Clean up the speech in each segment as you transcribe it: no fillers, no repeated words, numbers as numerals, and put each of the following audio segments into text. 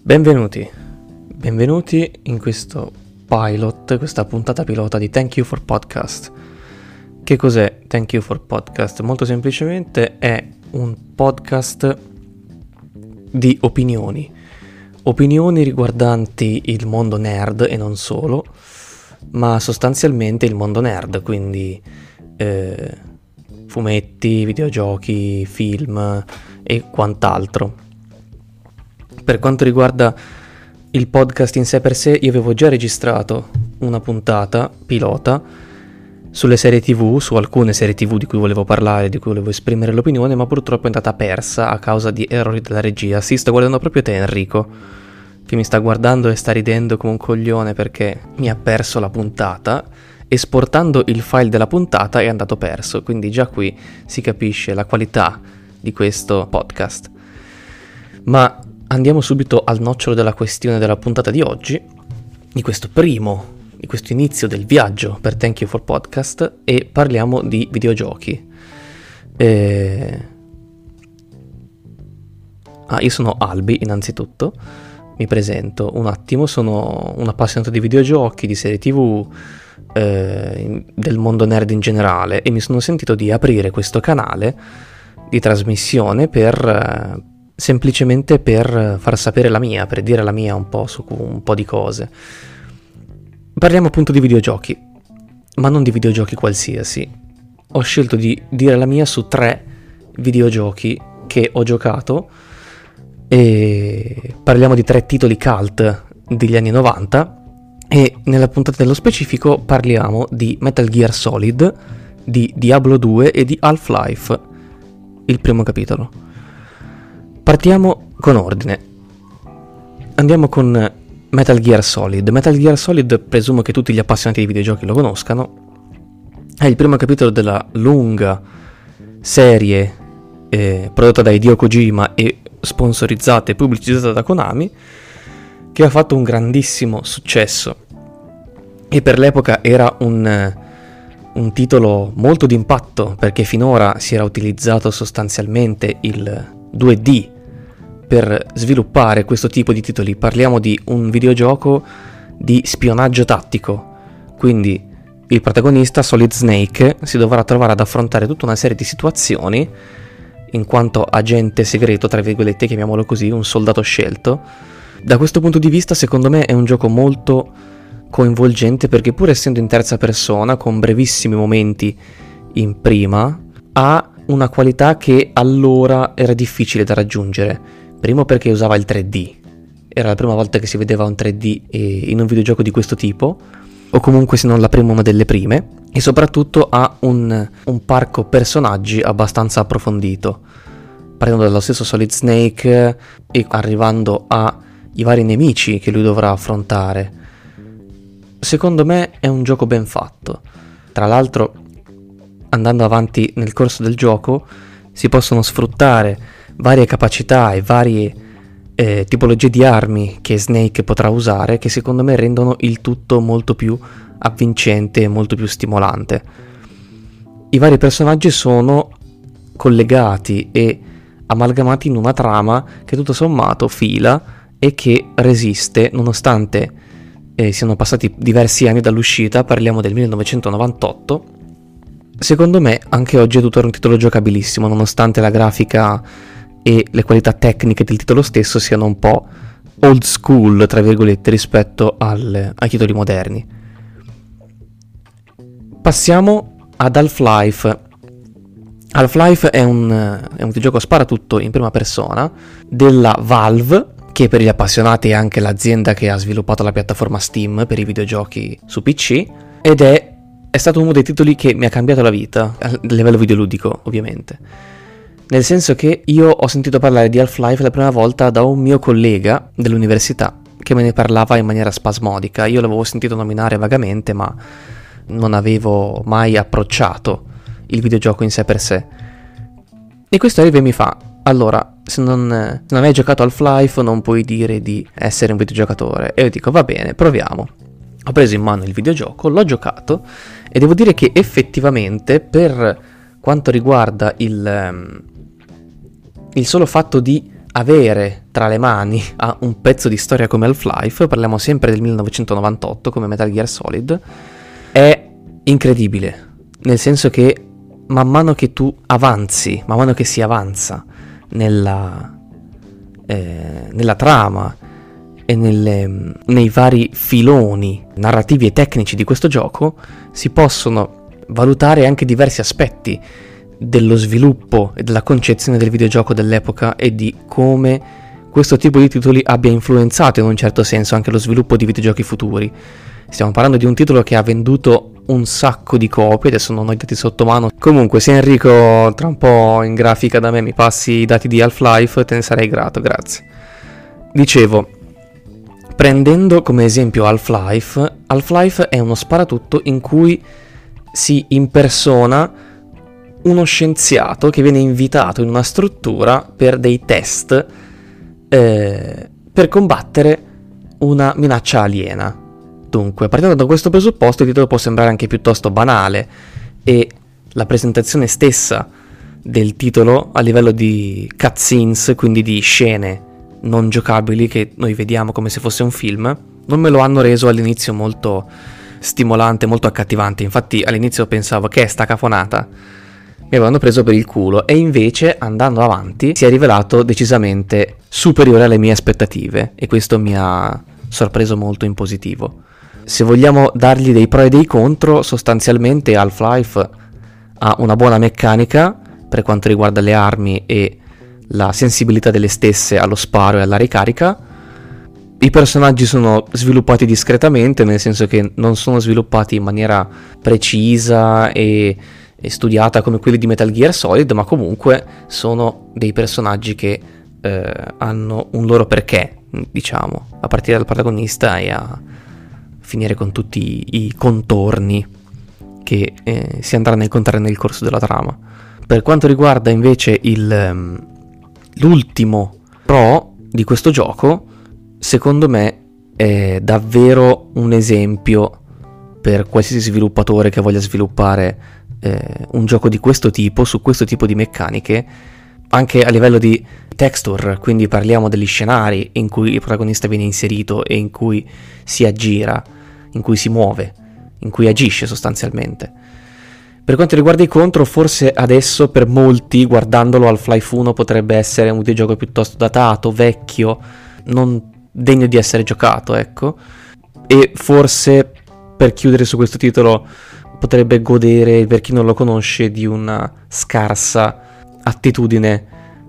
Benvenuti in questo pilot, questa puntata pilota di Thank You for Podcast. Che cos'è Thank You for Podcast? Molto semplicemente è un podcast di opinioni riguardanti il mondo nerd e non solo, ma sostanzialmente il mondo nerd, quindi fumetti, videogiochi, film e quant'altro. Per quanto riguarda il podcast in sé per sé, io avevo già registrato una puntata pilota sulle serie TV, su alcune serie TV di cui volevo parlare, di cui volevo esprimere l'opinione, ma purtroppo è andata persa a causa di errori della regia. Sì, sto guardando proprio te, Enrico, che mi sta guardando e sta ridendo come un coglione perché mi ha perso la puntata. Esportando il file della puntata è andato perso, quindi già qui si capisce la qualità di questo podcast. Ma andiamo subito al nocciolo della questione della puntata di oggi, di questo inizio del viaggio per Thank You for Podcast, e parliamo di videogiochi. Io sono Albi, innanzitutto, mi presento un attimo, sono un appassionato di videogiochi, di serie TV, del mondo nerd in generale, e mi sono sentito di aprire questo canale di trasmissione semplicemente per far sapere la mia, per dire la mia un po' su un po' di cose. Parliamo appunto di videogiochi, ma non di videogiochi qualsiasi. Ho scelto di dire la mia su 3 videogiochi che ho giocato, e parliamo di 3 titoli cult degli anni 90, e nella puntata dello specifico parliamo di Metal Gear Solid, di Diablo 2 e di Half-Life, il primo capitolo. Partiamo con ordine. Andiamo con Metal Gear Solid. Metal Gear Solid, presumo che tutti gli appassionati di videogiochi lo conoscano. È il primo capitolo della lunga serie prodotta da Hideo Kojima e sponsorizzata e pubblicizzata da Konami, che ha fatto un grandissimo successo. E per l'epoca era un titolo molto d'impatto, perché finora si era utilizzato sostanzialmente il 2D per sviluppare questo tipo di titoli. Parliamo di un videogioco di spionaggio tattico, quindi il protagonista, Solid Snake, si dovrà trovare ad affrontare tutta una serie di situazioni in quanto agente segreto, tra virgolette, chiamiamolo così, un soldato scelto. Da questo punto di vista, secondo me, è un gioco molto coinvolgente, perché pur essendo in terza persona, con brevissimi momenti in prima, ha una qualità che allora era difficile da raggiungere. Primo perché usava il 3D, era la prima volta che si vedeva un 3D in un videogioco di questo tipo, o comunque se non la prima, una delle prime, e soprattutto ha un parco personaggi abbastanza approfondito, partendo dallo stesso Solid Snake e arrivando ai vari nemici che lui dovrà affrontare. Secondo me è un gioco ben fatto. Tra l'altro, andando avanti nel corso del gioco, si possono sfruttare varie capacità e varie tipologie di armi che Snake potrà usare, che secondo me rendono il tutto molto più avvincente e molto più stimolante. I vari personaggi sono collegati e amalgamati in una trama che tutto sommato fila e che resiste nonostante siano passati diversi anni dall'uscita. Parliamo del 1998. Secondo me anche oggi è tuttora un titolo giocabilissimo, nonostante la grafica e le qualità tecniche del titolo stesso siano un po' old school, tra virgolette, rispetto ai titoli moderni. Passiamo ad Half-Life. Half-Life è un videogioco sparatutto in prima persona della Valve, che per gli appassionati è anche l'azienda che ha sviluppato la piattaforma Steam per i videogiochi su PC, ed è stato uno dei titoli che mi ha cambiato la vita, a livello videoludico ovviamente. Nel senso che io ho sentito parlare di Half-Life la prima volta da un mio collega dell'università, che me ne parlava in maniera spasmodica. Io l'avevo sentito nominare vagamente, ma non avevo mai approcciato il videogioco in sé per sé. E questo arriva e mi fa: allora, se non hai mai giocato Half-Life non puoi dire di essere un videogiocatore. E io dico: va bene, proviamo. Ho preso in mano il videogioco, l'ho giocato, e devo dire che effettivamente, per quanto riguarda il solo fatto di avere tra le mani un pezzo di storia come Half-Life, parliamo sempre del 1998 come Metal Gear Solid, è incredibile, nel senso che man mano che tu avanzi, man mano che si avanza nella trama e nei vari filoni narrativi e tecnici di questo gioco, si possono valutare anche diversi aspetti dello sviluppo e della concezione del videogioco dell'epoca e di come questo tipo di titoli abbia influenzato in un certo senso anche lo sviluppo di videogiochi futuri. Stiamo parlando di un titolo che ha venduto un sacco di copie, adesso non ho i dati sotto mano. Comunque, se Enrico tra un po' in grafica da me mi passi i dati di Half-Life, te ne sarei grato, grazie. Dicevo, prendendo come esempio Half-Life è uno sparatutto in cui si impersona uno scienziato che viene invitato in una struttura per dei test per combattere una minaccia aliena. Dunque, partendo da questo presupposto, il titolo può sembrare anche piuttosto banale e la presentazione stessa del titolo a livello di cutscenes, quindi di scene non giocabili che noi vediamo come se fosse un film, non me lo hanno reso all'inizio molto stimolante, molto accattivante. Infatti all'inizio pensavo che è sta cafonata, mi avevano preso per il culo, e invece andando avanti si è rivelato decisamente superiore alle mie aspettative e questo mi ha sorpreso molto in positivo. Se vogliamo dargli dei pro e dei contro, sostanzialmente Half-Life ha una buona meccanica per quanto riguarda le armi e la sensibilità delle stesse allo sparo e alla ricarica. I personaggi sono sviluppati discretamente, nel senso che non sono sviluppati in maniera precisa e studiata come quelli di Metal Gear Solid, ma comunque sono dei personaggi che hanno un loro perché, diciamo, a partire dal protagonista e a finire con tutti i contorni che si andranno a incontrare nel corso della trama. Per quanto riguarda invece l'ultimo pro di questo gioco, secondo me è davvero un esempio per qualsiasi sviluppatore che voglia sviluppare un gioco di questo tipo, su questo tipo di meccaniche, anche a livello di texture, quindi parliamo degli scenari in cui il protagonista viene inserito e in cui si aggira, in cui si muove, in cui agisce sostanzialmente. Per quanto riguarda i contro, forse adesso per molti, guardandolo, Half-Life 1 potrebbe essere un videogioco piuttosto datato, vecchio, non degno di essere giocato, ecco. E forse, per chiudere su questo titolo, potrebbe godere, per chi non lo conosce, di una scarsa attitudine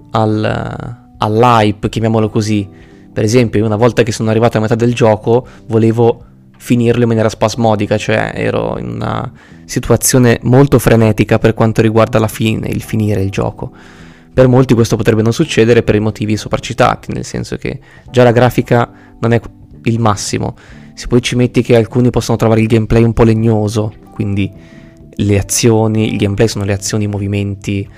all'hype, chiamiamolo così. Per esempio, una volta che sono arrivato a metà del gioco, volevo finirlo in maniera spasmodica, cioè ero in una situazione molto frenetica per quanto riguarda la fine, il finire il gioco. Per molti questo potrebbe non succedere per i motivi sopracitati, nel senso che già la grafica non è il massimo. Se poi ci metti che alcuni possono trovare il gameplay un po' legnoso, quindi le azioni, il gameplay sono le azioni, i movimenti,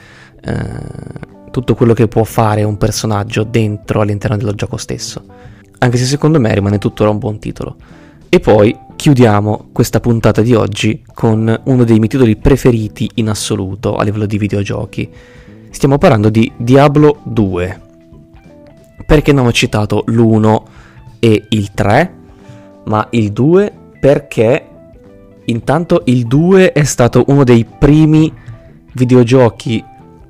tutto quello che può fare un personaggio all'interno dello gioco stesso. Anche se secondo me rimane tuttora un buon titolo. E poi chiudiamo questa puntata di oggi con uno dei miei titoli preferiti in assoluto a livello di videogiochi. Stiamo parlando di Diablo 2. Perché non ho citato l'1 e il 3, ma il 2 perché intanto il 2 è stato uno dei primi videogiochi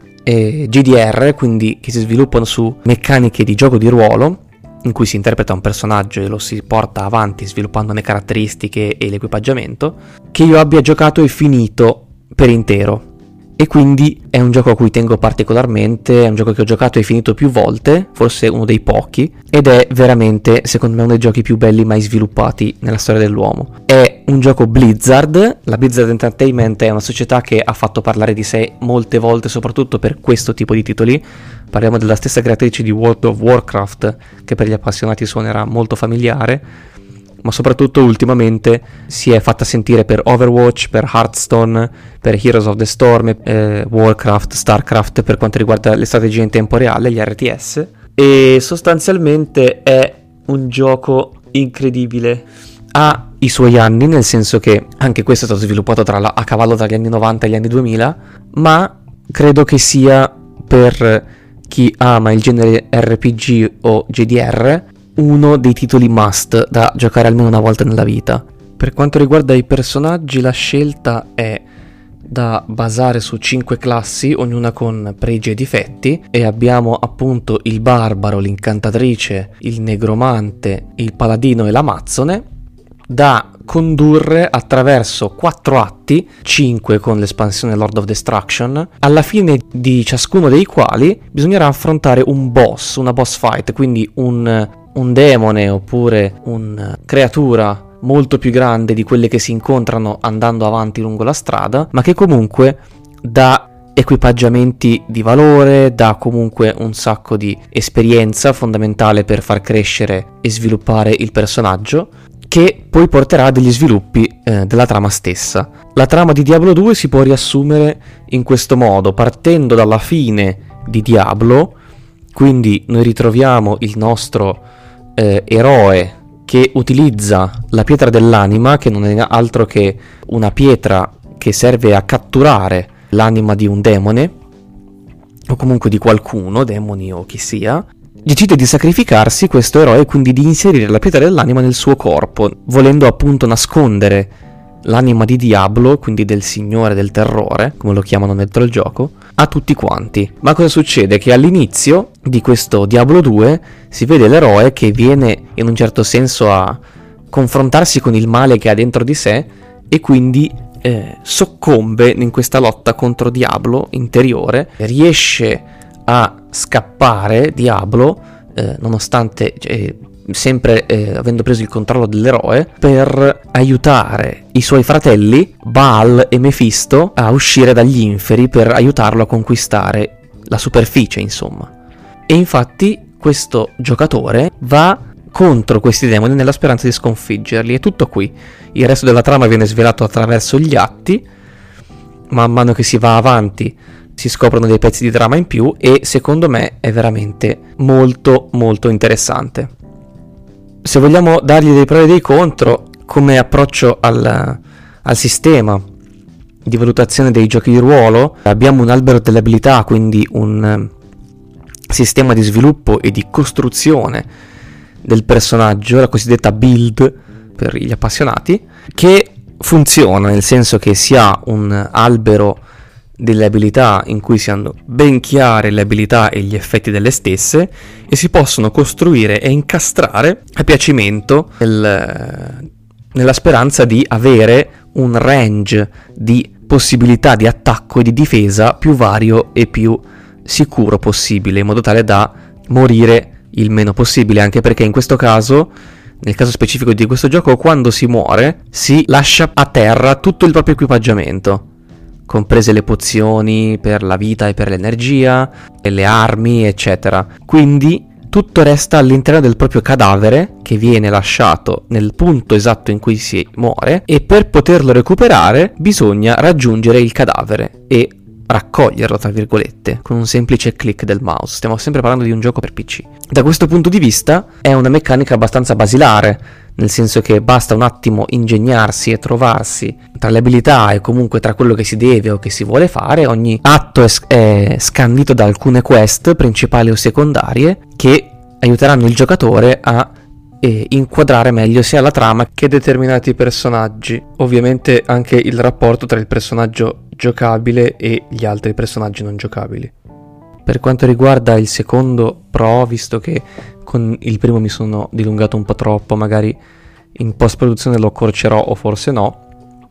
GDR, quindi che si sviluppano su meccaniche di gioco di ruolo, in cui si interpreta un personaggio e lo si porta avanti sviluppandone caratteristiche e l'equipaggiamento, che io abbia giocato e finito per intero. E quindi è un gioco a cui tengo particolarmente, è un gioco che ho giocato e finito più volte, forse uno dei pochi, ed è veramente, secondo me, uno dei giochi più belli mai sviluppati nella storia dell'uomo. È un gioco Blizzard, la Blizzard Entertainment è una società che ha fatto parlare di sé molte volte, soprattutto per questo tipo di titoli. Parliamo della stessa creatrice di World of Warcraft, che per gli appassionati suonerà molto familiare, ma soprattutto ultimamente si è fatta sentire per Overwatch, per Hearthstone, per Heroes of the Storm, Warcraft, Starcraft per quanto riguarda le strategie in tempo reale, gli RTS, e sostanzialmente è un gioco incredibile. Ha i suoi anni, nel senso che anche questo è stato sviluppato a cavallo tra gli anni 90 e gli anni 2000, ma credo che sia per chi ama il genere RPG o GDR, uno dei titoli must da giocare almeno una volta nella vita. Per quanto riguarda i personaggi, la scelta è da basare su 5 classi, ognuna con pregi e difetti, e abbiamo appunto il barbaro, l'incantatrice, il negromante, il paladino e l'amazzone, da condurre attraverso 4 atti, 5 con l'espansione Lord of Destruction, alla fine di ciascuno dei quali bisognerà affrontare un boss, una boss fight, quindi un demone oppure una creatura molto più grande di quelle che si incontrano andando avanti lungo la strada, ma che comunque dà equipaggiamenti di valore, dà comunque un sacco di esperienza fondamentale per far crescere e sviluppare il personaggio, che poi porterà a degli sviluppi della trama stessa. La trama di Diablo 2 si può riassumere in questo modo, partendo dalla fine di Diablo, quindi noi ritroviamo il nostro eroe che utilizza la pietra dell'anima, che non è altro che una pietra che serve a catturare l'anima di un demone, o comunque di qualcuno, demoni o chi sia. Decide di sacrificarsi questo eroe, quindi di inserire la pietra dell'anima nel suo corpo, volendo appunto nascondere l'anima di Diablo, quindi del signore del terrore, come lo chiamano dentro il gioco, a tutti quanti. Ma cosa succede? Che all'inizio di questo Diablo 2 si vede l'eroe che viene in un certo senso a confrontarsi con il male che ha dentro di sé e quindi soccombe in questa lotta contro Diablo interiore, riesce a scappare Diablo nonostante sempre avendo preso il controllo dell'eroe, per aiutare i suoi fratelli Baal e Mefisto a uscire dagli inferi, per aiutarlo a conquistare la superficie, insomma. E infatti questo giocatore va contro questi demoni nella speranza di sconfiggerli. È tutto qui. Il resto della trama viene svelato attraverso gli atti. Man mano che si va avanti si scoprono dei pezzi di trama in più e secondo me è veramente molto molto interessante. Se vogliamo dargli dei pro e dei contro come approccio al sistema di valutazione dei giochi di ruolo, abbiamo un albero delle abilità, quindi un sistema di sviluppo e di costruzione del personaggio, la cosiddetta build per gli appassionati, che funziona nel senso che si ha un albero delle abilità in cui si hanno ben chiare le abilità e gli effetti delle stesse e si possono costruire e incastrare a piacimento nella speranza di avere un range di possibilità di attacco e di difesa più vario e più sicuro possibile, in modo tale da morire il meno possibile, anche perché in questo caso, nel caso specifico di questo gioco, quando si muore si lascia a terra tutto il proprio equipaggiamento, comprese le pozioni per la vita e per l'energia, e le armi, eccetera. Quindi tutto resta all'interno del proprio cadavere, che viene lasciato nel punto esatto in cui si muore, e per poterlo recuperare bisogna raggiungere il cadavere e raccoglierlo, tra virgolette, con un semplice click del mouse. Stiamo sempre parlando di un gioco per PC. Da questo punto di vista è una meccanica abbastanza basilare, nel senso che basta un attimo ingegnarsi e trovarsi tra le abilità e comunque tra quello che si deve o che si vuole fare. Ogni atto è scandito da alcune quest principali o secondarie che aiuteranno il giocatore a inquadrare meglio sia la trama che determinati personaggi. Ovviamente anche il rapporto tra il personaggio giocabile e gli altri personaggi non giocabili. Per quanto riguarda il secondo pro, visto che con il primo mi sono dilungato un po' troppo, magari in post-produzione lo accorcerò o forse no,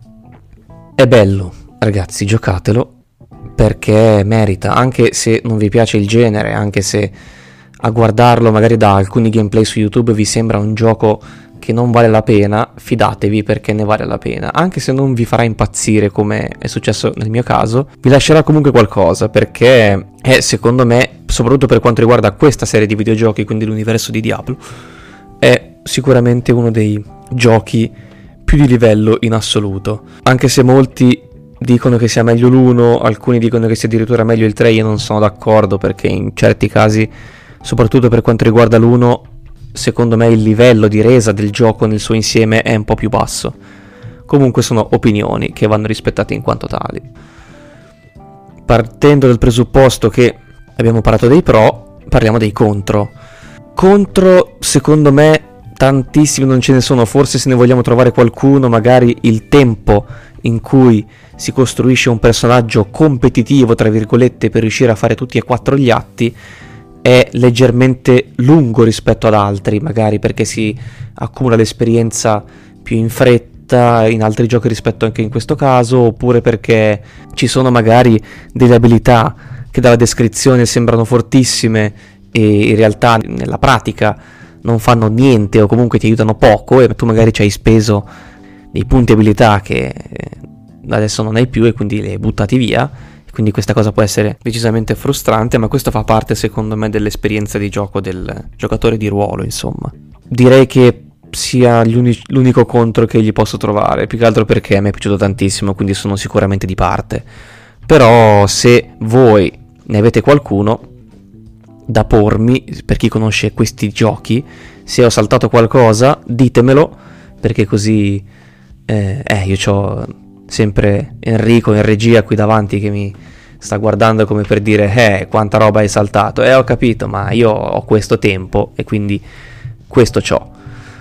è bello, ragazzi, giocatelo, perché merita, anche se non vi piace il genere, anche se a guardarlo magari da alcuni gameplay su YouTube vi sembra un gioco che non vale la pena, fidatevi, perché ne vale la pena. Anche se non vi farà impazzire come è successo nel mio caso, vi lascerà comunque qualcosa, perché è, secondo me, soprattutto per quanto riguarda questa serie di videogiochi, quindi l'universo di Diablo, è sicuramente uno dei giochi più di livello in assoluto. Anche se molti dicono che sia meglio l'1, alcuni dicono che sia addirittura meglio il 3, io non sono d'accordo, perché in certi casi, soprattutto per quanto riguarda l'1, secondo me il livello di resa del gioco nel suo insieme è un po' più basso. Comunque sono opinioni che vanno rispettate in quanto tali. Partendo dal presupposto che abbiamo parlato dei pro, parliamo dei contro. Contro, secondo me, tantissimi non ce ne sono. Forse se ne vogliamo trovare qualcuno, magari il tempo in cui si costruisce un personaggio competitivo, tra virgolette, per riuscire a fare tutti e 4 gli atti è leggermente lungo rispetto ad altri, magari perché si accumula l'esperienza più in fretta in altri giochi rispetto anche in questo caso, oppure perché ci sono magari delle abilità che dalla descrizione sembrano fortissime e in realtà nella pratica non fanno niente o comunque ti aiutano poco, e tu magari ci hai speso dei punti abilità che adesso non hai più e quindi li hai buttati via. Quindi questa cosa può essere decisamente frustrante, ma questo fa parte secondo me dell'esperienza di gioco del giocatore di ruolo, insomma. Direi che sia l'unico contro che gli posso trovare, più che altro perché a me è piaciuto tantissimo, quindi sono sicuramente di parte. Però se voi ne avete qualcuno da pormi, per chi conosce questi giochi, se ho saltato qualcosa ditemelo, perché così io ho sempre Enrico in regia qui davanti che mi sta guardando come per dire quanta roba hai saltato. Ho capito, ma io ho questo tempo e quindi questo c'ho.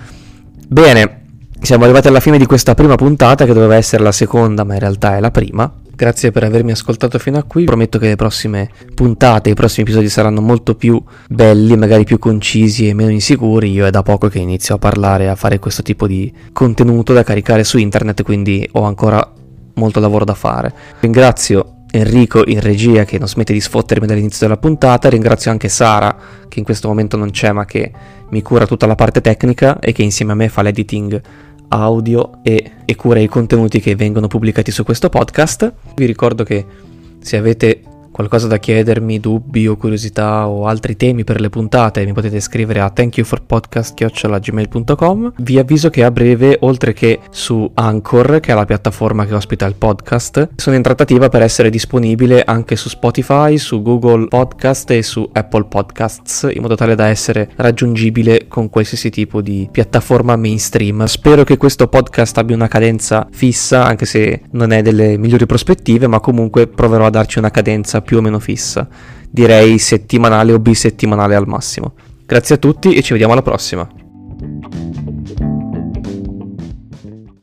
Bene, siamo arrivati alla fine di questa prima puntata, che doveva essere la seconda ma in realtà è la prima. Grazie per avermi ascoltato fino a qui. Prometto che le prossime puntate, i prossimi episodi saranno molto più belli, magari più concisi e meno insicuri. Io è da poco che inizio a parlare, a fare questo tipo di contenuto da caricare su internet, quindi ho ancora molto lavoro da fare. Ringrazio Enrico in regia che non smette di sfottermi dall'inizio della puntata. Ringrazio anche Sara che in questo momento non c'è ma che mi cura tutta la parte tecnica e che insieme a me fa l'editing audio e cura i contenuti che vengono pubblicati su questo podcast. Vi ricordo che se avete qualcosa da chiedermi, dubbi o curiosità o altri temi per le puntate, mi potete scrivere a thankyouforpodcast@gmail.com. Vi avviso che a breve, oltre che su Anchor, che è la piattaforma che ospita il podcast, sono in trattativa per essere disponibile anche su Spotify, su Google Podcast e su Apple Podcasts, in modo tale da essere raggiungibile con qualsiasi tipo di piattaforma mainstream. Spero che questo podcast abbia una cadenza fissa, anche se non è delle migliori prospettive, ma comunque proverò a darci una cadenza più o meno fissa, direi settimanale o bisettimanale al massimo. Grazie a tutti e ci vediamo alla prossima.